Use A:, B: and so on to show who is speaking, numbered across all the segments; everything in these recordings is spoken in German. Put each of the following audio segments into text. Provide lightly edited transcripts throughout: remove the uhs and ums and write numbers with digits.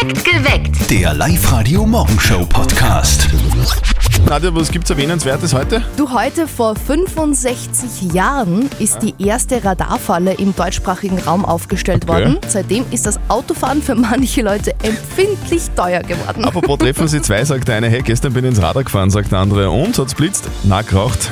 A: Geweckt.
B: Der Live-Radio-Morgenshow-Podcast.
C: Nadja, was gibt's Erwähnenswertes heute?
D: Du, heute vor 65 Jahren ist die erste Radarfalle im deutschsprachigen Raum aufgestellt worden. Seitdem ist das Autofahren für manche Leute empfindlich teuer geworden.
C: Apropos treffen Sie zwei, sagt der eine, hey, gestern bin ich ins Radar gefahren, sagt der andere, und, hat's blitzt? Na, geraucht.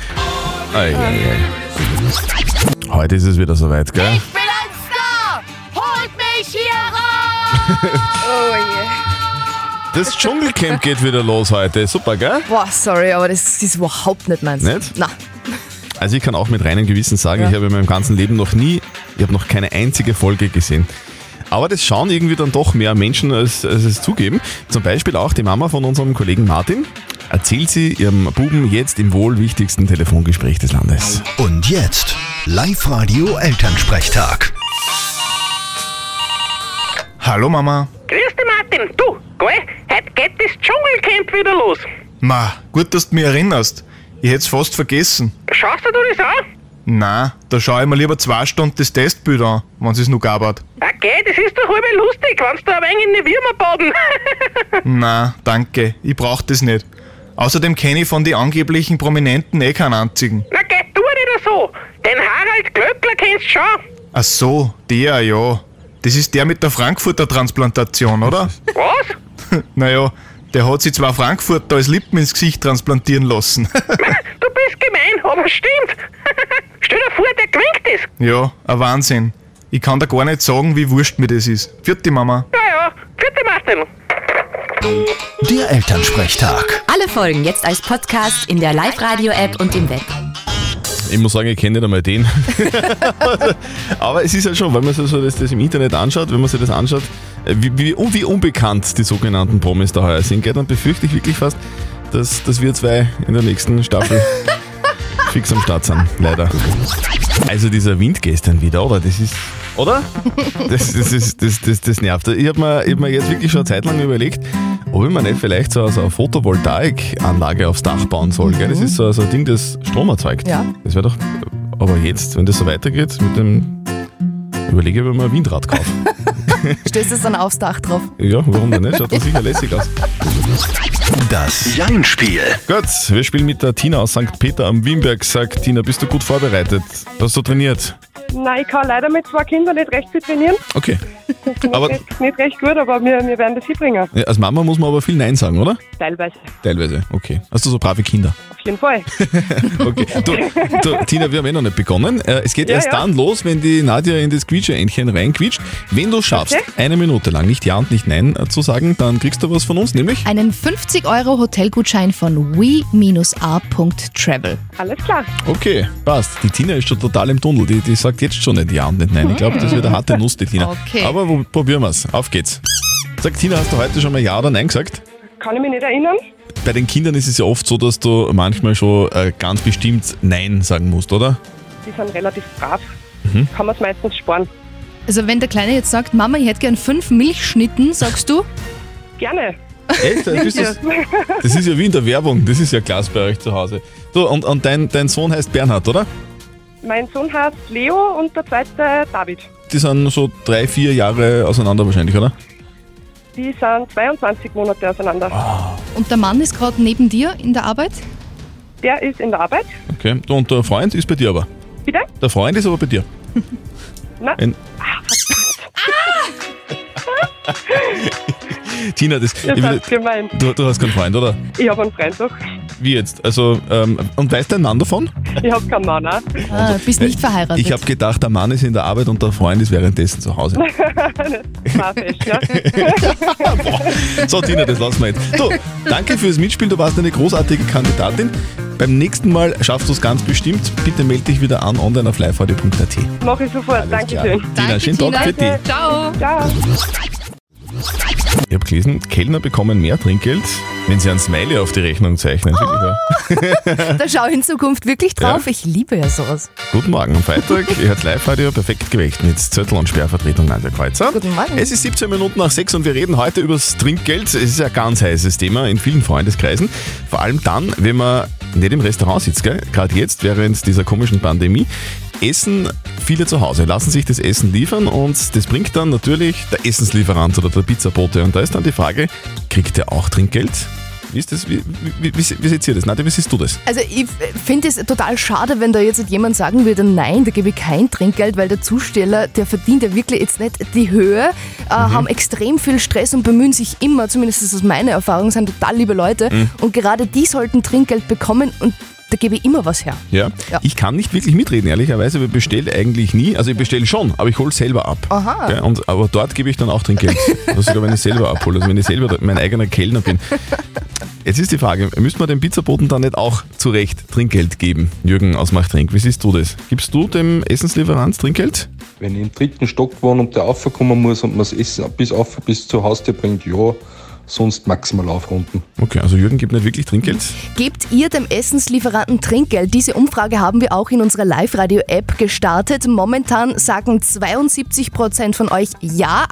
C: Heute ist es wieder soweit, gell?
A: Ich bin ein Star! Holt mich hier raus!
D: Oh je.
C: Das Dschungelcamp geht wieder los heute. Super, gell?
D: Boah, sorry, aber das ist überhaupt nicht meins.
C: Nicht?
D: Na.
C: Also ich kann auch mit reinem Gewissen sagen, ich habe in meinem ganzen Leben noch keine einzige Folge gesehen. Aber das schauen irgendwie dann doch mehr Menschen, als es zugeben. Zum Beispiel auch die Mama von unserem Kollegen Martin. Erzählt sie ihrem Buben jetzt im wohl wichtigsten Telefongespräch des Landes.
B: Und jetzt Live-Radio-Elternsprechtag.
E: Hallo Mama.
F: Grüß dich, Martin. Du, gell, heute geht das Dschungelcamp wieder los.
E: Ma, gut, dass du mich erinnerst. Ich hätte es fast vergessen.
F: Schaust du das an?
E: Na, da schaue ich mir lieber 2 Stunden das Testbild an, wenn es noch gabert.
F: Okay, das ist doch halb lustig, wenn du ein wenig in die Würmer baden.
E: Na, danke, ich brauch das nicht. Außerdem kenne ich von den angeblichen Prominenten keinen einzigen.
F: Na, geh tu nicht so. Den Harald Glöckler kennst du schon.
E: Ach so, der, ja. Das ist der mit der Frankfurter Transplantation, oder?
F: Was?
E: Naja, der hat sich 2 Frankfurter als Lippen ins Gesicht transplantieren lassen.
F: Du bist gemein, aber stimmt. Stell dir vor, der gewinnt es.
E: Ja, ein Wahnsinn. Ich kann da gar nicht sagen, wie wurscht mir das ist. Vierte Mama.
F: Ja, vierte Martin.
B: Der Elternsprechtag.
A: Alle Folgen jetzt als Podcast in der Live-Radio-App und im Web.
C: Ich muss sagen, ich kenne nicht einmal den. Aber es ist halt schon, wenn man so das im Internet anschaut, wenn man sich das anschaut, wie unbekannt die sogenannten Promis da heuer sind, dann befürchte ich wirklich fast, dass wir zwei in der nächsten Staffel fix am Start sind, leider. Also dieser Wind gestern wieder, oder? Das ist... Oder? Das nervt. Ich hab mir jetzt wirklich schon eine Zeit lang überlegt, ob ich mir nicht vielleicht so eine Photovoltaikanlage aufs Dach bauen soll. Gell? Das ist so ein Ding, das Strom erzeugt.
D: Ja.
C: Das wäre doch... Aber jetzt, wenn das so weitergeht, mit dem... Überlege ich, ob ich mir ein Windrad kaufe.
D: Stößt es dann aufs Dach drauf?
C: Ja, warum denn nicht? Schaut doch sicher lässig aus.
B: Das Jein-Spiel.
C: Gut, wir spielen mit der Tina aus St. Peter am Wimberg. Sagt Tina, bist du gut vorbereitet? Hast du trainiert?
G: Nein, ich kann leider mit 2 Kindern nicht recht viel trainieren.
C: Okay. Aber
G: Nicht recht gut, aber wir werden das hinbringen.
C: ja, als Mama muss man aber viel Nein sagen, oder?
G: Teilweise.
C: Teilweise, okay. Hast du so brave Kinder?
G: Auf jeden Fall.
C: Okay. Du, Tina, wir haben noch nicht begonnen. Es geht
G: Ja,
C: erst
G: ja.
C: dann los, wenn die Nadja in das Quietsche-Entchen reinquietscht. Wenn du schaffst,
G: Okay.
C: 1 Minute lang nicht Ja und nicht Nein zu sagen, dann kriegst du was von uns, nämlich
D: Einen 50€ Hotelgutschein von we-a.travel.
G: Alles klar.
C: okay, passt. Die Tina ist schon total im Tunnel. Die sagt jetzt schon nicht Ja und nicht Nein. Ich glaube, das wird eine harte Nuss, die Tina.
D: Okay.
C: Aber probieren wir's. Auf geht's. Sag Tina, hast du heute schon mal Ja oder Nein gesagt?
G: Kann ich mich nicht erinnern?
C: Bei den Kindern ist es ja oft so, dass du manchmal schon ganz bestimmt Nein sagen musst, oder?
G: Die sind relativ brav. Kann man es meistens sparen.
D: Also wenn der Kleine jetzt sagt, Mama, ich hätte gern 5 Milchschnitten, sagst du?
G: Gerne.
C: Echt? Das ist ja wie in der Werbung. Das ist ja klasse bei euch zu Hause. So, und dein Sohn heißt Bernhard, oder?
G: Mein Sohn heißt Leo und der zweite David.
C: Die sind so 3-4 Jahre auseinander wahrscheinlich, oder?
G: Die sind 22 Monate auseinander.
D: Und der Mann ist gerade neben dir in der Arbeit?
G: Der ist in der Arbeit.
C: Okay. Und der Freund ist bei dir aber?
G: Bitte?
C: Der Freund ist aber bei dir?
G: Na,
C: Tina,
G: das ist gemein.
C: du hast keinen Freund, oder?
G: Ich habe einen Freund doch.
C: Wie jetzt? Also, und weiß dein Mann davon?
G: Ich habe keinen Mann auch.
D: Bist nicht verheiratet.
C: Ich habe gedacht, der Mann ist in der Arbeit und der Freund ist währenddessen zu Hause.
G: War fest, ja.
C: So, Tina, das lassen wir jetzt. Du, danke fürs Mitspielen, du warst eine großartige Kandidatin. Beim nächsten Mal schaffst du es ganz bestimmt. Bitte melde dich wieder an online auf liveradio.at.
G: Mache ich sofort. Dankeschön.
C: Tina,
D: Danke,
C: schönen Tag für dich.
D: Ciao.
G: Ciao.
C: Ich habe gelesen, Kellner bekommen mehr Trinkgeld, wenn sie ein Smiley auf die Rechnung zeichnen.
D: Da schau ich in Zukunft wirklich drauf.
C: Ja.
D: Ich liebe ja sowas.
C: Guten Morgen, am Freitag, ihr hört Live-Radio perfekt geweckt mit Zettel und Sperrvertretung Nadja Kreuzer.
D: Guten Morgen.
C: Es ist 17 Minuten nach 6 und wir reden heute über das Trinkgeld. Es ist ein ganz heißes Thema in vielen Freundeskreisen. Vor allem dann, wenn man nicht im Restaurant sitzt, gell? Gerade jetzt, während dieser komischen Pandemie. essen viele zu Hause, lassen sich das Essen liefern und das bringt dann natürlich der Essenslieferant oder der Pizzabote. Und da ist dann die Frage, kriegt der auch Trinkgeld? Wie ist das? Wie seht ihr das? Nadja, wie siehst du das?
D: Also ich finde es total schade, wenn da jetzt jemand sagen würde, nein, da gebe ich kein Trinkgeld, weil der Zusteller, der verdient ja wirklich jetzt nicht die Höhe, haben extrem viel Stress und bemühen sich immer, zumindest ist das meine Erfahrung, sind total liebe Leute und gerade die sollten Trinkgeld bekommen und da gebe ich immer was her.
C: Ja. Ich kann nicht wirklich mitreden, ehrlicherweise, aber ich bestelle eigentlich nie. Also ich bestelle schon, aber ich hole selber ab.
D: Aha.
C: Okay? Aber dort gebe ich dann auch Trinkgeld. Also sogar wenn ich selber abhole, also wenn ich selber mein eigener Kellner bin. Jetzt ist die Frage, müsste man dem Pizzaboten dann nicht auch zu Recht Trinkgeld geben? Jürgen aus Machtrink, wie siehst du das? Gibst du dem Essenslieferant Trinkgeld?
H: Wenn ich im 3. Stock wohne und der raufkommen muss und man das Essen bis zur Haustür bringt, ja, sonst maximal aufrunden.
C: Okay, also Jürgen gibt nicht wirklich Trinkgeld?
D: Gebt ihr dem Essenslieferanten Trinkgeld? Diese Umfrage haben wir auch in unserer Live-Radio-App gestartet. Momentan sagen 72% von euch ja,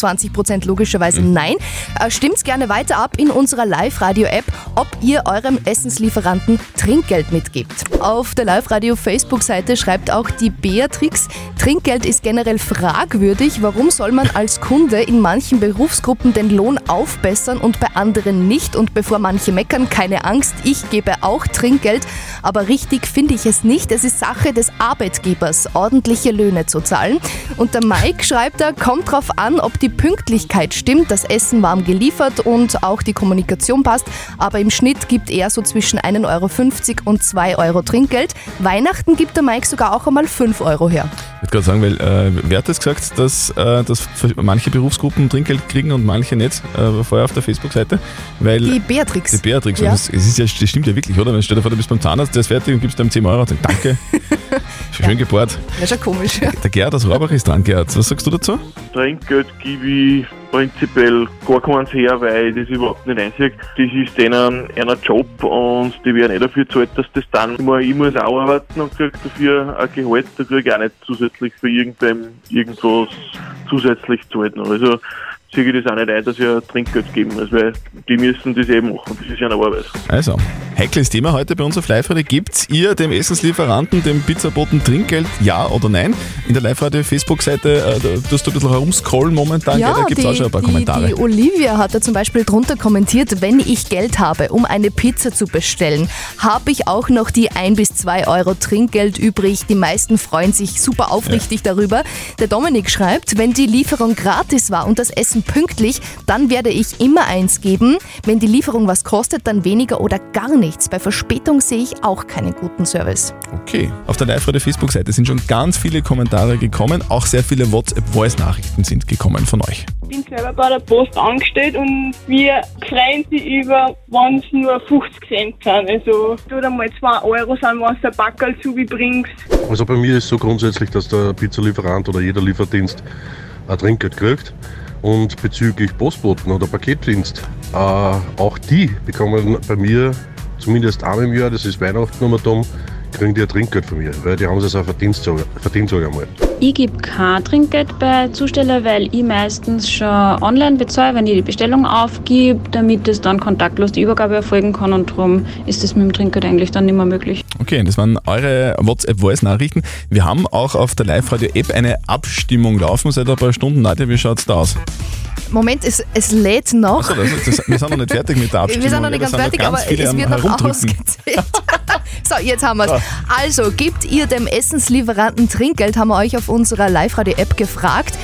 D: 28% logischerweise nein. Stimmt's gerne weiter ab in unserer Live-Radio-App, ob ihr eurem Essenslieferanten Trinkgeld mitgibt. Auf der Live-Radio-Facebook-Seite schreibt auch die Beatrix, Trinkgeld ist generell fragwürdig. Warum soll man als Kunde in manchen Berufsgruppen den Lohn aufbessern und bei anderen nicht? Und bevor manche meckern, keine Angst, ich gebe auch Trinkgeld, aber richtig finde ich es nicht. Es ist Sache des Arbeitgebers, ordentliche Löhne zu zahlen. Und der Mike schreibt da, kommt drauf an, ob die Pünktlichkeit stimmt, das Essen warm geliefert und auch die Kommunikation passt, aber im Schnitt gibt er so zwischen 1,50 € und 2 € Trinkgeld. Weihnachten gibt der Mike sogar auch einmal 5 € her.
C: Ich würde gerade sagen, weil wer hat das gesagt, dass manche Berufsgruppen Trinkgeld kriegen und manche nicht, vorher auf der Facebook-Seite? Weil
D: Die Beatrix.
C: Die Beatrix.
D: Ja.
C: Das stimmt ja wirklich, oder? Wenn stell dir vor, du bist beim Zahnarzt, der ist fertig und gibst ihm 10 Euro und sagst, danke. Schön gebohrt.
D: Ja, schon komisch.
C: Der Gerd aus Rohrbach ist dran, Gerd. Was sagst du dazu?
I: Trinkgeld gebe ich prinzipiell gar keins her, weil ich das überhaupt nicht einsehe. Das ist denen einer Job und die werden dafür gezahlt, dass das dann immer, ich muss auch arbeiten und kriege dafür ein Gehalt, da kriege ich auch nicht zusätzlich für irgendwas zusätzlich zahlt. Also sehe ich das auch nicht ein, dass wir Trinkgeld geben, also weil die müssen das eben machen, das ist ja eine Arbeit.
C: Also, heikles Thema heute bei uns auf Live-Radio. Gebt ihr dem Essenslieferanten, dem Pizzaboten Trinkgeld, ja oder nein? In der Live-Radio-Facebook-Seite tust du ein bisschen herumscrollen momentan,
D: Ja,
C: da gibt es auch schon ein paar Kommentare.
D: Die Olivia hat da zum Beispiel drunter kommentiert, wenn ich Geld habe, um eine Pizza zu bestellen, habe ich auch noch die 1 bis 2 € Trinkgeld übrig. Die meisten freuen sich super aufrichtig darüber. Der Dominik schreibt, wenn die Lieferung gratis war und das Essen pünktlich, dann werde ich immer 1 geben. Wenn die Lieferung was kostet, dann weniger oder gar nichts. Bei Verspätung sehe ich auch keinen guten Service.
C: Okay, auf der Live-Radio-Facebook-Seite sind schon ganz viele Kommentare gekommen, auch sehr viele WhatsApp-Voice-Nachrichten sind gekommen von euch.
G: Ich bin selber bei der Post angestellt und wir freuen sich über, wenn es nur 50 Cent sind. Also, oder mal 2 € sind, wenn du ein Packerl zubringst.
J: Also bei mir ist es so grundsätzlich, dass der Pizzalieferant oder jeder Lieferdienst ein Trinkgeld kriegt. Und bezüglich Postboten oder Paketdienst, auch die bekommen bei mir zumindest einmal im Jahr, das ist Weihnachten nochmal da, kriegen die ein Trinkgeld von mir, weil die haben es als verdient sogar einmal.
K: Ich gebe kein Trinkgeld bei Zusteller, weil ich meistens schon online bezahle, wenn ich die Bestellung aufgebe, damit es dann kontaktlos die Übergabe erfolgen kann und darum ist das mit dem Trinkgeld eigentlich dann nicht mehr möglich.
C: Okay, das waren eure WhatsApp-Voice-Nachrichten. Wir haben auch auf der Live-Radio-App eine Abstimmung laufen seit ein paar Stunden. Nadja, wie schaut es da aus?
D: Moment, es lädt noch.
C: Achso, wir sind noch nicht fertig mit der Abstimmung.
D: Wir sind noch nicht ganz fertig, aber es wird noch ausgezählt. So, jetzt haben wir es. Also, gebt ihr dem Essenslieferanten Trinkgeld, haben wir euch auf unserer Live-Radio-App gefragt.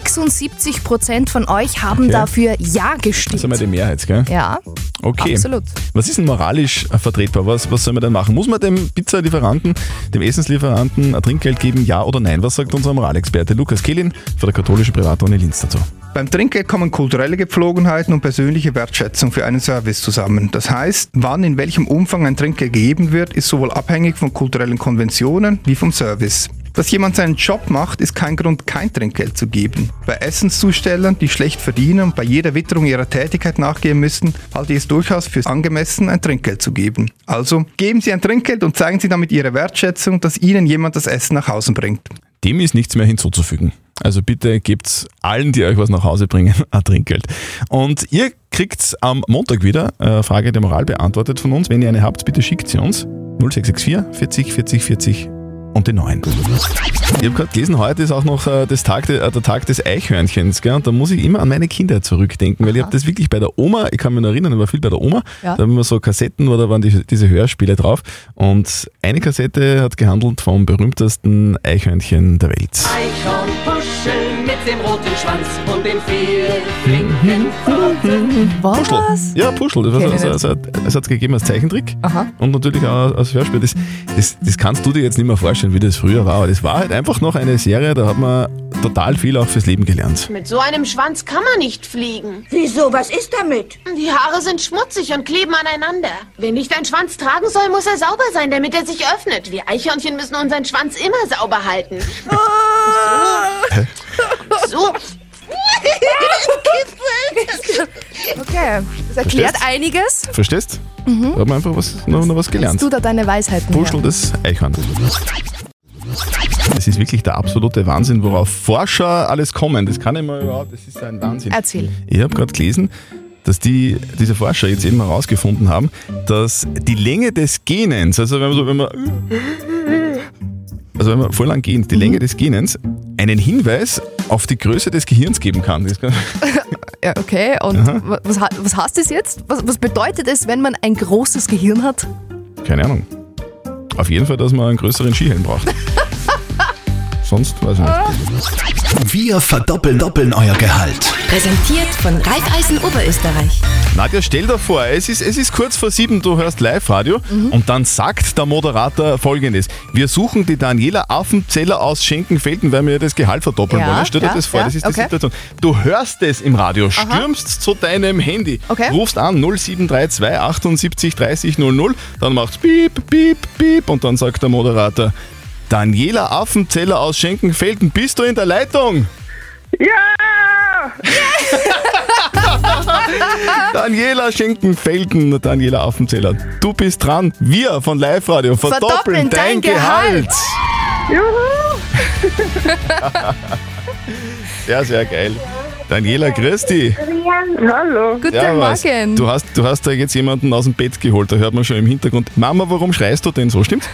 D: 76% von euch haben dafür Ja gestimmt.
C: Das ist einmal die Mehrheit, gell?
D: Ja,
C: okay.
D: absolut.
C: Was ist denn moralisch vertretbar? Was soll man denn machen? Muss man dem Pizzalieferanten, dem Essenslieferanten ein Trinkgeld geben, ja oder nein? Was sagt unser Moralexperte Lukas Kehlin von der katholischen Privatuni Linz dazu?
L: Beim Trinkgeld kommen kulturelle Gepflogenheiten und persönliche Wertschätzung für einen Service zusammen. Das heißt, wann in welchem Umfang ein Trinkgeld gegeben wird, ist sowohl abhängig von kulturellen Konventionen wie vom Service. Dass jemand seinen Job macht, ist kein Grund, kein Trinkgeld zu geben. Bei Essenszustellern, die schlecht verdienen und bei jeder Witterung ihrer Tätigkeit nachgehen müssen, halte ich es durchaus für angemessen, ein Trinkgeld zu geben. Also, geben Sie ein Trinkgeld und zeigen Sie damit Ihre Wertschätzung, dass Ihnen jemand das Essen nach Hause bringt.
C: Dem ist nichts mehr hinzuzufügen. Also bitte gebt allen, die euch was nach Hause bringen, ein Trinkgeld. Und ihr kriegt am Montag wieder eine Frage der Moral beantwortet von uns. Wenn ihr eine habt, bitte schickt sie uns. 0664 40 40 40 und die 9. Ich habe gerade gelesen, heute ist auch noch der Tag des Eichhörnchens. Gell? Und da muss ich immer an meine Kinder zurückdenken, weil ich habe das wirklich bei der Oma, ich kann mich noch erinnern, ich war viel bei der Oma,
D: Ja.
C: da haben wir so Kassetten, wo da waren diese Hörspiele drauf. Und eine Kassette hat gehandelt vom berühmtesten Eichhörnchen der Welt.
A: Eichhorn kuscheln mit dem roten Schwanz und den vielen flinken Pfoten.
D: Was?
C: Ja, Puschel. Das hat es gegeben als Zeichentrick.
D: Aha.
C: Und natürlich auch als Hörspiel. Das kannst du dir jetzt nicht mehr vorstellen, wie das früher war. Aber das war halt einfach noch eine Serie, da hat man total viel auch fürs Leben gelernt.
M: Mit so einem Schwanz kann man nicht fliegen.
N: Wieso? Was ist damit?
M: Die Haare sind schmutzig und kleben aneinander. Wer nicht einen Schwanz tragen soll, muss er sauber sein, damit er sich öffnet. Wir Eichhörnchen müssen unseren Schwanz immer sauber halten. So.
D: Okay, das erklärt einiges.
C: Verstehst? Da haben wir einfach noch was gelernt.
D: Hast du da deine Weisheiten
C: Puschel des Eichhorn. Das ist wirklich der absolute Wahnsinn, worauf Forscher alles kommen. Das kann ich mal überhaupt, das ist ein Wahnsinn.
D: Erzähl.
C: Ich habe gerade gelesen, dass diese Forscher jetzt eben herausgefunden haben, dass die Länge des Gähnens, also wenn wir voll lang gehen, die Länge des Gähnens einen Hinweis auf die Größe des Gehirns geben kann.
D: Ja, okay, und was heißt das jetzt? Was bedeutet es, wenn man ein großes Gehirn hat?
C: Keine Ahnung. Auf jeden Fall, dass man einen größeren Skihelm braucht. Sonst weiß ich nicht.
B: Wir verdoppeln euer Gehalt.
O: Präsentiert von Raiffeisen Oberösterreich.
C: Nadja, stell dir vor, es ist kurz vor 7, du hörst Live-Radio und dann sagt der Moderator Folgendes. Wir suchen die Daniela Affenzeller aus Schenkenfelden, weil wir das Gehalt verdoppeln wollen. Stell dir das vor, das ist die Situation. Du hörst es im Radio, stürmst zu deinem Handy, rufst an 0732 78 30 00, dann macht's piep, piep, piep und dann sagt der Moderator, Daniela Affenzeller aus Schenkenfelden, bist du in der Leitung?
F: Ja!
C: Daniela Schenkenfelden, Daniela Affenzeller, du bist dran. Wir von Live Radio verdoppeln dein Gehalt.
F: Juhu!
C: Sehr, sehr geil. Daniela, grüß dich.
F: Hallo.
D: Guten Morgen.
C: Du hast da jetzt jemanden aus dem Bett geholt, da hört man schon im Hintergrund. Mama, warum schreist du denn so, stimmt's?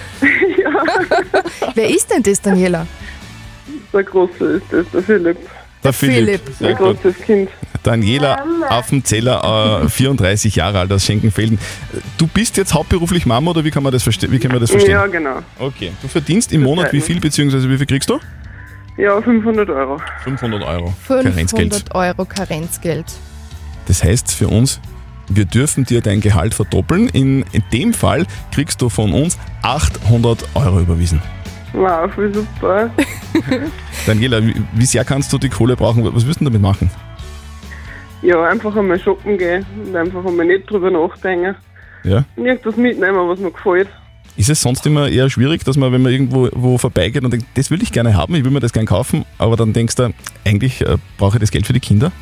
D: Wer ist denn das, Daniela?
F: Der Große ist das, der Philipp.
C: Der Philipp. Sehr
F: Ein
C: gut.
F: großes Kind.
C: Daniela Affenzeller, 34 Jahre alt aus Schenkenfelden. Du bist jetzt hauptberuflich Mama oder wie kann man das verstehen?
F: Ja, genau.
C: Okay. Du verdienst im Monat wie viel, beziehungsweise wie viel kriegst du?
F: Ja, 500 Euro.
C: 500 Euro.
D: 500
C: Karenzgeld.
D: Euro Karenzgeld.
C: Das heißt für uns, wir dürfen dir dein Gehalt verdoppeln. In dem Fall kriegst du von uns 800 Euro überwiesen.
F: Wow, voll super.
C: Daniela, wie sehr kannst du die Kohle brauchen? Was wirst du damit machen?
F: Ja, einfach einmal shoppen gehen und einfach einmal nicht drüber nachdenken.
C: Ja.
F: Und irgendwas mitnehmen, was mir gefällt.
C: Ist es sonst immer eher schwierig, dass man, wenn man irgendwo vorbeigeht und denkt, das will ich gerne haben, ich will mir das gerne kaufen, aber dann denkst du, eigentlich brauche ich das Geld für die Kinder?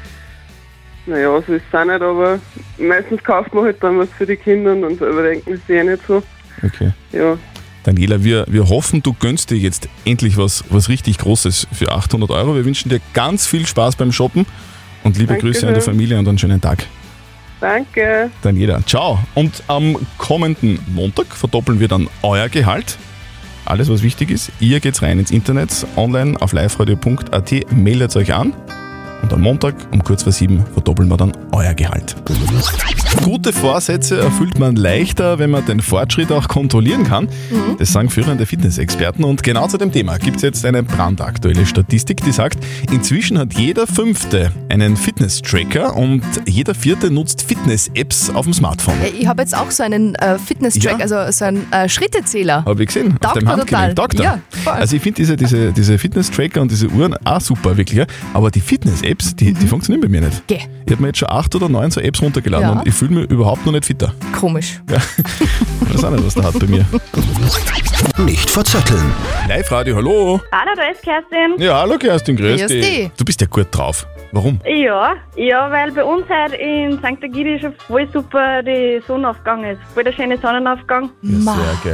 F: Naja, so ist es auch nicht, aber meistens kauft man halt dann was für die Kinder und dann selber denken sie eh nicht so.
C: Okay.
F: Ja.
C: Daniela, wir hoffen, du gönnst dir jetzt endlich was richtig Großes für 800 Euro. Wir wünschen dir ganz viel Spaß beim Shoppen und liebe
F: Danke
C: Grüße an die
F: schön.
C: Familie und einen schönen Tag.
F: Danke.
C: Daniela, ciao. Und am kommenden Montag verdoppeln wir dann euer Gehalt. Alles, was wichtig ist, ihr geht's rein ins Internet, online auf liveradio.at, meldet euch an. Und am Montag um kurz vor 7 verdoppeln wir dann euer Gehalt. Gute Vorsätze erfüllt man leichter, wenn man den Fortschritt auch kontrollieren kann. Das sagen führende Fitnessexperten. Und genau zu dem Thema gibt es jetzt eine brandaktuelle Statistik, die sagt, inzwischen hat jeder Fünfte einen Fitness-Tracker und jeder Vierte nutzt Fitness-Apps auf dem Smartphone.
D: Ich habe jetzt auch so einen Fitness-Track, also so einen Schrittezähler.
C: Habe ich gesehen, auf dem Handgelenk. Taugt er.
D: Ja, voll.
C: Also ich finde diese Fitness-Tracker und diese Uhren auch super, wirklich. Ja. Aber die Fitness-Apps, die funktionieren bei mir nicht.
D: Geh.
C: Ich habe mir jetzt schon 8 oder 9 so Apps runtergeladen
D: Ja.
C: und ich fühle mich überhaupt noch nicht fitter.
D: Komisch.
C: Ja. Ich weiß auch nicht, was der hat bei mir.
B: Nicht verzetteln.
C: Live-Radio, hallo.
P: Hallo, da ist Kerstin.
C: Ja, hallo Kerstin, grüß
P: Grüß
C: dich.
P: dich.
C: Du bist ja gut drauf. Warum?
P: Ja, weil bei uns heute in St. Agidi schon voll super die Sonnenaufgang ist. Voll der schöne Sonnenaufgang.
C: Ja, sehr geil.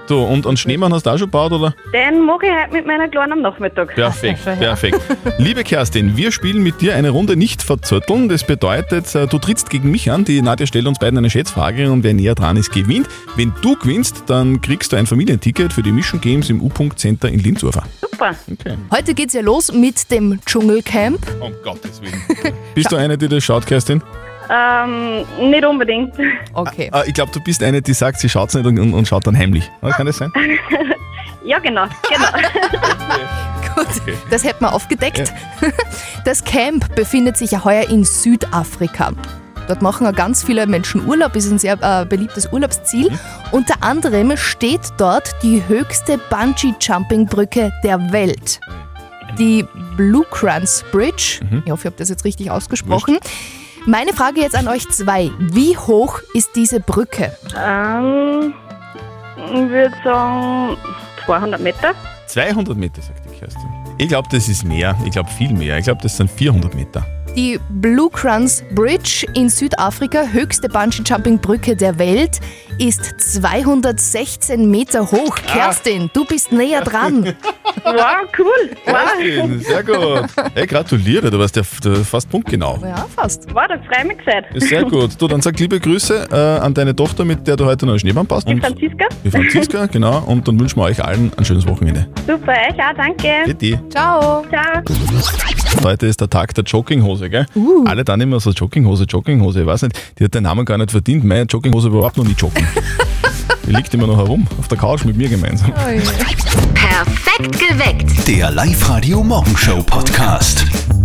C: So, und Schneemann hast du auch schon gebaut, oder?
P: Den mache ich heute mit meiner Kleinen am Nachmittag.
C: Perfekt, perfekt. Liebe Kerstin, wir spielen mit dir eine Runde nicht verzötteln. Das bedeutet, du trittst gegen mich an. Die Nadja stellt uns beiden eine Schätzfrage und wer näher dran ist, gewinnt. Wenn du gewinnst, dann kriegst du ein Familienticket für die Mission Games im U-Punkt-Center in Linz-Urfer.
P: Super.
C: Okay.
D: Heute geht's ja los mit dem Dschungelcamp.
C: Um Gottes Willen. Bist du eine, die das schaut, Kerstin?
P: Nicht unbedingt.
D: Okay.
C: Ich glaube, du bist eine, die sagt, sie schaut es nicht und schaut dann heimlich. Kann das sein?
P: Ja, genau.
D: Gut, das hätten wir aufgedeckt. Das Camp befindet sich ja heuer in Südafrika. Dort machen ja ganz viele Menschen Urlaub, ist ein sehr beliebtes Urlaubsziel. Unter anderem steht dort die höchste Bungee-Jumping-Brücke der Welt. Die Blue Crans Bridge. Ich hoffe, ich habe das jetzt richtig ausgesprochen. Meine Frage jetzt an euch zwei. Wie hoch ist diese Brücke?
P: Ich würde sagen 200 Meter.
C: 200 Meter, sagt die Kerstin. Ich glaube, das ist mehr. Ich glaube, viel mehr. Ich glaube, das sind 400 Meter.
D: Die Blue Crans Bridge in Südafrika, höchste Bungee-Jumping-Brücke der Welt, ist 216 Meter hoch. Kerstin, du bist näher dran.
P: Wow, cool.
C: Kerstin, sehr gut. Hey, gratuliere, du warst ja fast punktgenau.
D: Ja, fast.
P: Wow, das freut mich sehr.
C: Sehr gut. Du, dann sag liebe Grüße an deine Tochter, mit der du heute noch einen Schneemann baust.
P: Die Franziska.
C: Die Franziska, genau. Und dann wünschen wir euch allen ein schönes Wochenende.
P: Super, euch auch, danke.
C: Bitte.
D: Ciao.
P: Ciao.
C: Heute ist der Tag der Jogginghose, gell? Alle dann immer so Jogginghose. Ich weiß nicht, die hat den Namen gar nicht verdient. Meine Jogginghose war überhaupt noch nie joggen. Die liegt immer noch herum, auf der Couch mit mir gemeinsam.
O: Perfekt geweckt.
B: Der Live-Radio Morgenshow Podcast.